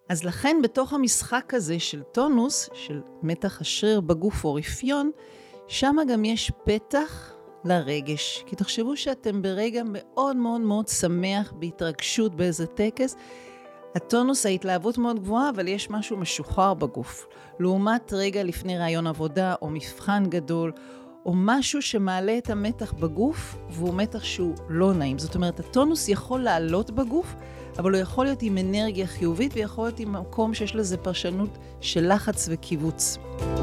אז לכן בתוך המשחק הזה של טונוס, של מתח השריר בגוף או רפיון, שם גם יש פתח לרגש. כי תחשבו שאתם ברגע מאוד מאוד מאוד שמח, בהתרגשות באיזה טקס. הטונוס, ההתלהבות מאוד גבוהה, אבל יש משהו משוחרר בגוף. לעומת רגע לפני רעיון עבודה, או מבחן גדול, או משהו שמעלה את המתח בגוף, והוא מתח שהוא לא נעים. זאת אומרת, הטונוס יכול לעלות בגוף, אבל הוא יכול להיות עם אנרגיה חיובית, ויכול להיות עם מקום שיש לזה פרשנות של לחץ וקיבוץ.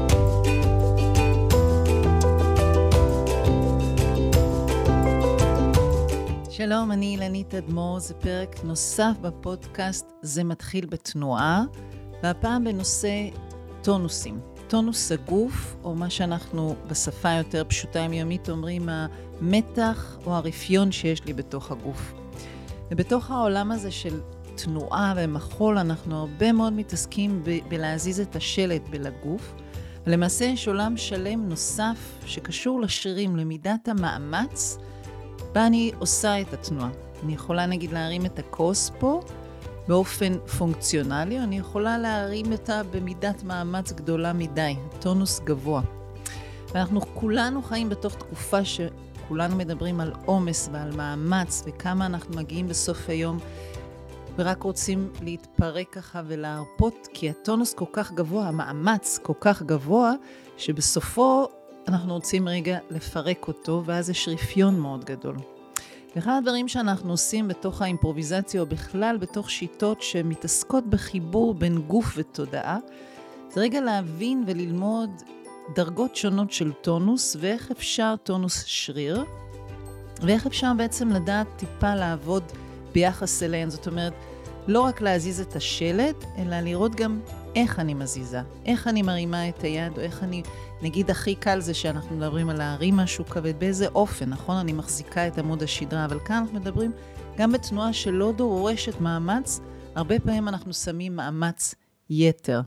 שלום, אני אילנית אדמור, זה פרק נוסף בפודקאסט זה מתחיל בתנועה, והפעם בנושא טונוסים. טונוס הגוף, או מה שאנחנו בשפה יותר פשוטה יומיומית אומרים, המתח או הרפיון שיש לי בתוך הגוף. ובתוך העולם הזה של תנועה ומחול, אנחנו הרבה מאוד מתעסקים בלהזיז את השלט בלגוף, ולמעשה יש עולם שלם נוסף שקשור לשרירים, למידת המאמץ, בה אני עושה את התנועה. אני יכולה נגיד להרים את הכוס פה באופן פונקציונלי, או אני יכולה להרים אותה במידת מאמץ גדולה מדי, טונוס גבוה. ואנחנו כולנו חיים בתוך תקופה שכולנו מדברים על עומס ועל מאמץ, וכמה אנחנו מגיעים בסוף היום ורק רוצים להתפרק ככה ולהרפות, כי הטונוס כל כך גבוה, המאמץ כל כך גבוה, שבסופו אנחנו רוצים רגע לפרק אותו, ואז יש רפיון מאוד גדול. ואחד הדברים שאנחנו עושים בתוך האימפרוביזציה, או בכלל בתוך שיטות שמתעסקות בחיבור בין גוף ותודעה, זה רגע להבין וללמוד דרגות שונות של טונוס, ואיך אפשר טונוס שריר, ואיך אפשר בעצם לדעת טיפה לעבוד ביחס אליהן. זאת אומרת, לא רק להזיז את השלט, אלא לראות גם איך אני מזיזה, איך אני מרימה את היד, או איך אני, נגיד הכי קל זה שאנחנו מדברים על להרים משהו כבד, באיזה אופן, נכון? אני מחזיקה את עמוד השדרה, אבל כאן אנחנו מדברים גם בתנועה שלא דורשת מאמץ, הרבה פעמים אנחנו שמים מאמץ יתר.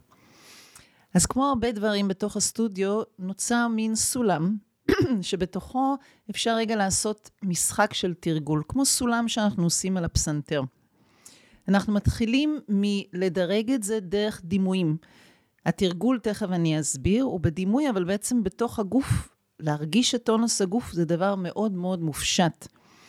אז כמו הרבה דברים בתוך הסטודיו, נוצר מין סולם, שבתוכו אפשר רגע לעשות משחק של תרגול, כמו סולם שאנחנו עושים על הפסנתר. אנחנו מתחילים מלדרג את זה דרך דימויים. התרגול תכף אני אסביר, הוא בדימוי, אבל בעצם בתוך הגוף, להרגיש את טונוס הגוף זה דבר מאוד מאוד מופשט.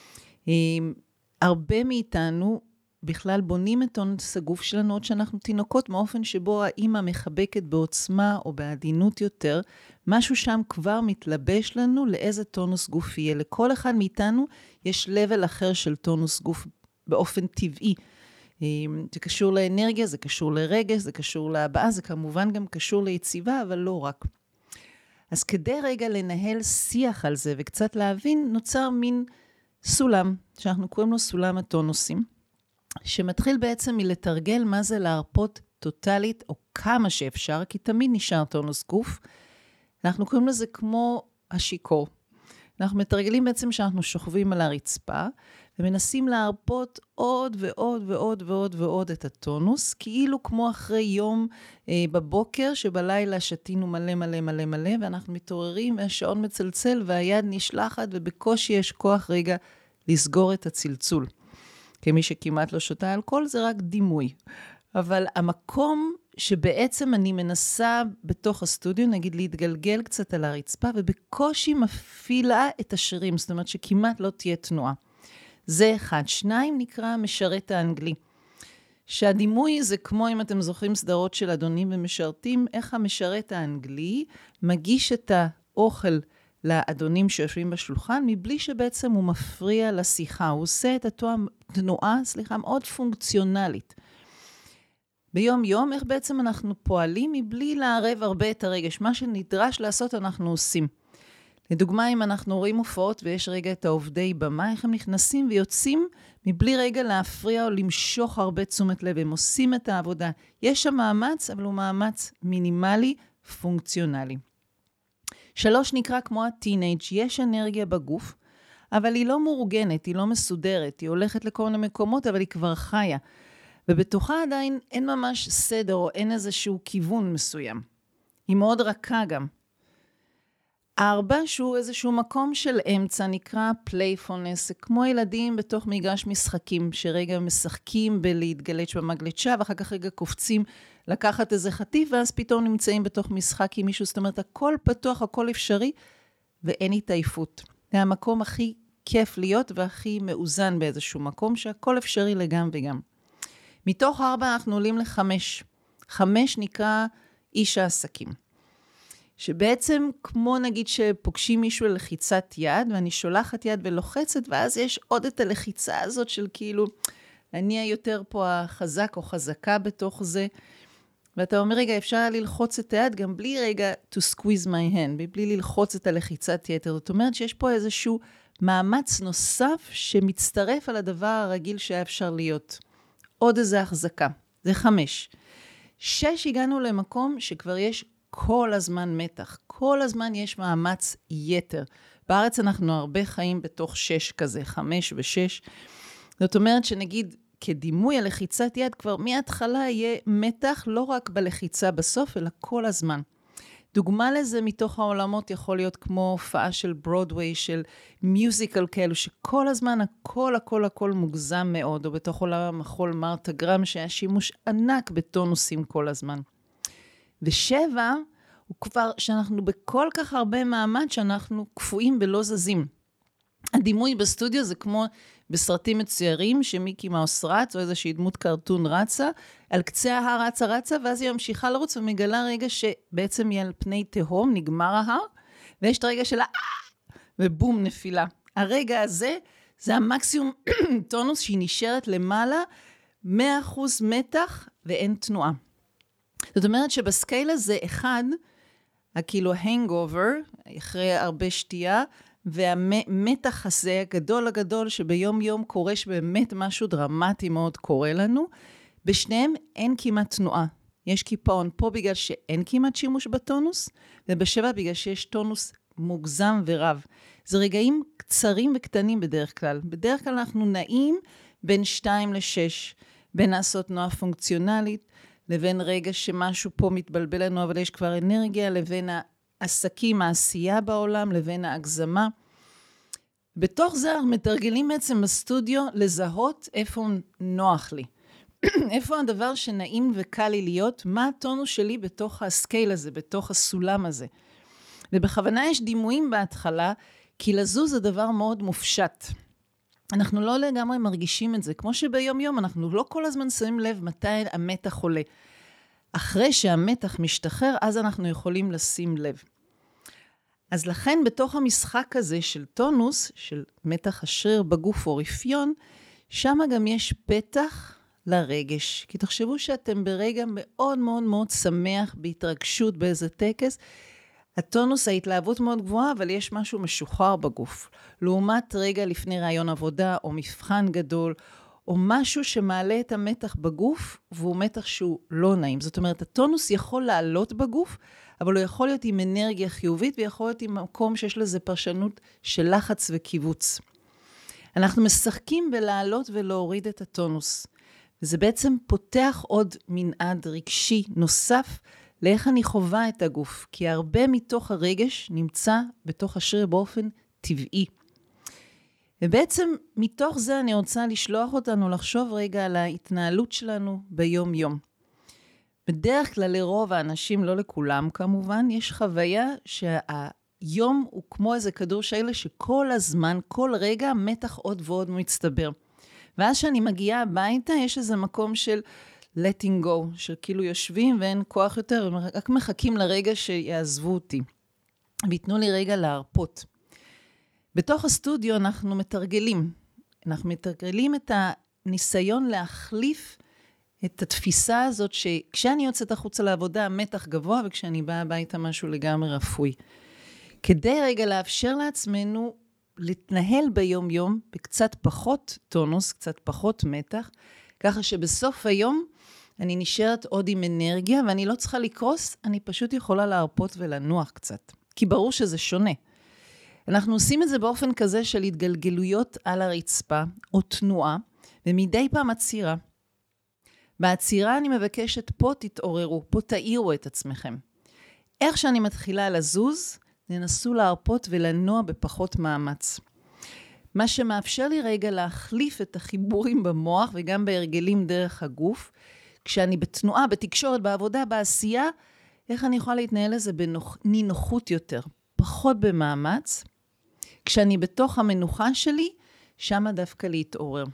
הרבה מאיתנו בכלל בונים את טונוס הגוף שלנו עוד שאנחנו תינוקות, מאופן שבו האמא מחבקת בעוצמה או בעדינות יותר, משהו שם כבר מתלבש לנו לאיזה טונוס גוף יהיה. לכל אחד מאיתנו יש לבל אחר של טונוס גוף באופן טבעי. זה קשור לאנרגיה, זה קשור לרגש, זה קשור להבעה, זה כמובן גם קשור ליציבה, אבל לא רק. אז כדי רגע לנהל שיח על זה וקצת להבין, נוצר מין סולם, שאנחנו קוראים לו סולם הטונוסים, שמתחיל בעצם מלתרגל מה זה להרפות טוטלית, או כמה שאפשר, כי תמיד נשאר טונוס גוף. אנחנו קוראים לזה כמו השיקור. אנחנו מתרגלים בעצם שאנחנו שוכבים על הרצפה, ומנסים להרפות עוד ועוד ועוד ועוד ועוד את הטונוס, כאילו כמו אחרי יום בבוקר, שבלילה שתינו מלא מלא מלא מלא, ואנחנו מתעוררים והשעון מצלצל, והיד נשלחת, ובקושי יש כוח רגע לסגור את הצלצול. כמי שכמעט לא שותה אלכוהול, זה רק דימוי. אבל המקום שבעצם אני מנסה בתוך הסטודיו, נגיד להתגלגל קצת על הרצפה, ובקושי מפעילה את השרירים, זאת אומרת שכמעט לא תהיה תנועה. זה אחד. שניים נקרא משרת האנגלי. שהדימוי זה כמו אם אתם זוכרים סדרות של אדונים ומשרתים, איך המשרת האנגלי מגיש את האוכל לאדונים שיושבים בשולחן, מבלי שבעצם הוא מפריע לשיחה. הוא עושה את התנועה, מאוד פונקציונלית. ביום יום, איך בעצם אנחנו פועלים מבלי לערב הרבה את הרגש. מה שנדרש לעשות אנחנו עושים. לדוגמה, אם אנחנו רואים הופעות ויש רגע את העובדי במה, איך הם נכנסים ויוצאים מבלי רגע להפריע או למשוך הרבה תשומת לב. הם עושים את העבודה. יש שם מאמץ, אבל הוא מאמץ מינימלי, פונקציונלי. 3 נקרא כמו הטינאג'. יש אנרגיה בגוף, אבל היא לא מאורגנת, היא לא מסודרת. היא הולכת לכל מיני מקומות, אבל היא כבר חיה. ובתוכה עדיין אין ממש סדר או אין איזשהו כיוון מסוים. היא מאוד רכה גם. 4, שהוא איזשהו מקום של אמצע, נקרא playfulness, זה כמו ילדים בתוך מגרש משחקים, שרגע משחקים בלהתגלץ' במגלשה, ואחר כך רגע קופצים לקחת איזה חטיף, ואז פתאום נמצאים בתוך משחק עם מישהו, זאת אומרת, הכל פתוח, הכל אפשרי, ואין התעייפות. זה המקום הכי כיף להיות, והכי מאוזן באיזשהו מקום, שהכל אפשרי לגם וגם. מתוך 4 אנחנו עולים ל5. 5 נקרא איש העסקים. שבעצם כמו נגיד שפוגשים מישהו ללחיצת יד, ואני שולחת יד ולוחצת, ואז יש עוד את הלחיצה הזאת של כאילו, אני היותר פה החזק או חזקה בתוך זה, ואתה אומר, רגע, אפשר ללחוץ את היד גם בלי רגע to squeeze my hand, בלי ללחוץ את הלחיצת יתר. זאת אומרת שיש פה איזשהו מאמץ נוסף שמצטרף על הדבר הרגיל שהיה אפשר להיות. עוד איזה החזקה. זה 5. 6 הגענו למקום שכבר יש כל הזמן מתח. כל הזמן יש מאמץ יתר. בארץ אנחנו הרבה חיים בתוך 6 כזה, 5 ו6. זאת אומרת שנגיד כדימוי הלחיצת יד כבר מההתחלה יהיה מתח לא רק בלחיצה בסוף, אלא כל הזמן. דוגמה לזה מתוך העולמות יכול להיות כמו הופעה של ברודווי, של מיוזיקל כאלו, שכל הזמן הכל מוגזם מאוד, או בתוך עולם המחול מרתה גרם, שהיה שימוש ענק בטונוסים כל הזמן. ו7 הוא כבר שאנחנו בכל כך הרבה מעמד שאנחנו קפואים ולא זזים. הדימוי בסטודיו זה כמו בסרטים מצוירים, שמיקי מאוס רץ, או איזושהי דמות קרטון רצה, על קצה ההר רצה, ואז היא ממשיכה לרוץ ומגלה רגע שבעצם היא על פני תהום, נגמר ההר, ויש את הרגע שלה, ובום, נפילה. הרגע הזה, זה המקסימום טונוס שהיא נשארת למעלה, 100% מתח ואין תנועה. זאת אומרת שבסקייל הזה, 1, כאילו hangover, אחרי הרבה שתייה, והמתח הזה הגדול שביום יום קורה שבאמת משהו דרמטי מאוד קורה לנו, בשניהם אין כמעט תנועה. יש קיפאון פה בגלל שאין כמעט שימוש בטונוס, וב7 בגלל שיש טונוס מוגזם ורב. זה רגעים קצרים וקטנים בדרך כלל. בדרך כלל אנחנו נעים בין 2 ל6, בין לעשות תנועה פונקציונלית, לבין רגע שמשהו פה מתבלבל לנו, אבל יש כבר אנרגיה, לבין העסקים, העשייה בעולם, לבין ההגזמה. בתוך זה אנחנו מתרגלים בעצם בסטודיו לזהות איפה נוח לי. איפה הדבר שנעים וקל לי להיות, מה הטונוס שלי בתוך הסקייל הזה, בתוך הסולם הזה. ובכוונה יש דימויים בהתחלה, כי לזוז זה דבר מאוד מופשט. אנחנו לא לגמרי מרגישים את זה, כמו שביום יום אנחנו לא כל הזמן שמים לב מתי המתח עולה. אחרי שהמתח משתחרר, אז אנחנו יכולים לשים לב. אז לכן בתוך המשחק הזה של טונוס, של מתח השריר בגוף או רפיון, שם גם יש פתח לרגש. כי תחשבו שאתם ברגע מאוד מאוד מאוד שמח, בהתרגשות באיזה טקס, הטונוס, ההתלהבות מאוד גבוהה, אבל יש משהו משוחרר בגוף. לעומת רגע לפני רעיון עבודה, או מבחן גדול, או משהו שמעלה את המתח בגוף, והוא מתח שהוא לא נעים. זאת אומרת, הטונוס יכול לעלות בגוף, אבל הוא יכול להיות עם אנרגיה חיובית, ויכול להיות עם מקום שיש לזה פרשנות של לחץ וקיבוץ. אנחנו משחקים בלעלות ולהוריד את הטונוס. וזה בעצם פותח עוד מנעד רגשי נוסף, לאיך אני חווה את הגוף, כי הרבה מתוך הרגש נמצא בתוך השריר באופן טבעי. ובעצם מתוך זה אני רוצה לשלוח אותנו לחשוב רגע על ההתנהלות שלנו ביום יום. בדרך כלל לרוב האנשים, לא לכולם כמובן, יש חוויה שהיום הוא כמו איזה כדור שיילה שכל הזמן, כל רגע מתח עוד ועוד מצטבר. ואז שאני מגיעה הביתה יש איזה מקום של letting go, שכאילו יושבים ואין כוח יותר, רק מחכים לרגע שיעזבו אותי. ויתנו לי רגע להרפות. בתוך הסטודיו אנחנו מתרגלים. אנחנו מתרגלים את הניסיון להחליף את התפיסה הזאת שכשאני יוצאת החוצה לעבודה, המתח גבוה, וכשאני באה הביתה משהו לגמרי רפוי. כדי רגע לאפשר לעצמנו להתנהל ביום יום בקצת פחות טונוס, קצת פחות מתח, ככה שבסוף היום אני נשארת עוד עם אנרגיה, ואני לא צריכה לקרוס, אני פשוט יכולה להרפות ולנוח קצת. כי ברור שזה שונה. אנחנו עושים את זה באופן כזה של התגלגלויות על הרצפה, או תנועה, ומדי פעם עצירה. בעצירה אני מבקשת, פה תתעוררו, פה תאירו את עצמכם. איך שאני מתחילה לזוז, ננסו להרפות ולנוע בפחות מאמץ. מה שמאפשר לי רגע להחליף את החיבורים במוח וגם בהרגלים דרך הגוף, כשאני בתנועה, בתקשורת, בעבודה, בעשייה, איך אני יכולה להתנהל לזה בנינוחות יותר, פחות במאמץ. כשאני בתוך המנוחה שלי, שמה דווקא להתעורר.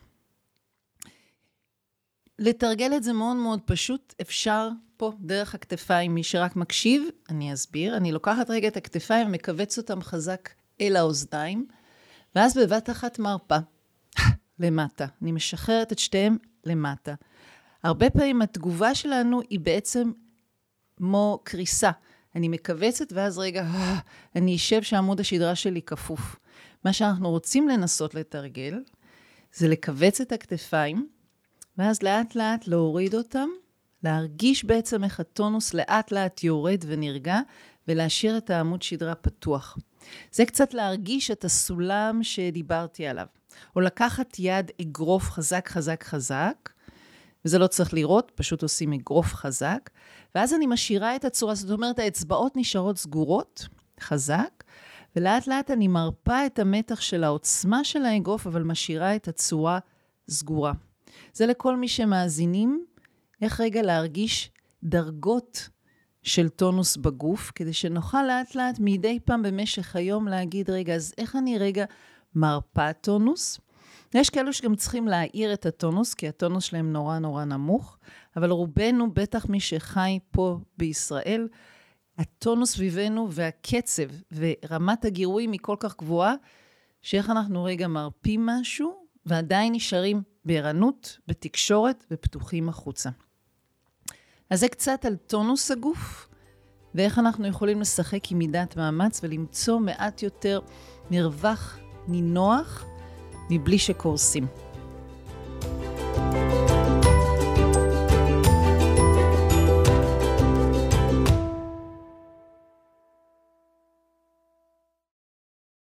לתרגל את זה מאוד מאוד פשוט, אפשר פה דרך הכתפיים, מי שרק מקשיב, אני אסביר, אני לוקחת רגע את הכתפיים ומקבץ אותם חזק אל האוזניים, ואז בבת אחת מרפה למטה. אני משחררת את שתיהם למטה. הרבה פעמים התגובה שלנו היא בעצם כמו קריסה. אני מקבצת ואז רגע, אני אשב שעמוד השדרה שלי כפוף. מה שאנחנו רוצים לנסות לתרגל, זה לקבץ את הכתפיים, ואז לאט לאט להוריד אותם, להרגיש בעצם איך הטונוס לאט לאט יורד ונרגע, ולהשאיר את העמוד שדרה פתוח. זה קצת להרגיש את הסולם שדיברתי עליו. או לקחת יד אגרוף חזק חזק חזק, וזה לא צריך לראות, פשוט עושים אגרוף חזק, ואז אני משאירה את הצורה, זאת אומרת האצבעות נשארות סגורות, חזק, ולאט לאט אני מרפה את המתח של העוצמה של האגרוף, אבל משאירה את הצורה סגורה. זה לכל מי שמאזינים, איך רגע להרגיש דרגות של טונוס בגוף, כדי שנוכל לאט לאט מדי פעם במשך היום להגיד רגע, אז איך אני רגע מרפה טונוס? יש כאלו שגם צריכים להעיר את הטונוס, כי הטונוס שלהם נורא נורא נמוך, אבל רובנו, בטח מי שחי פה בישראל, הטונוס סביבנו והקצב ורמת הגירויים היא כל כך גבוהה, שאיך אנחנו רגע מרפים משהו, ועדיין נשארים בערנות, בתקשורת ופתוחים החוצה. אז זה קצת על טונוס הגוף, ואיך אנחנו יכולים לשחק עם מידת מאמץ, ולמצוא מעט יותר מרווח נינוח, מבלי שקורסים.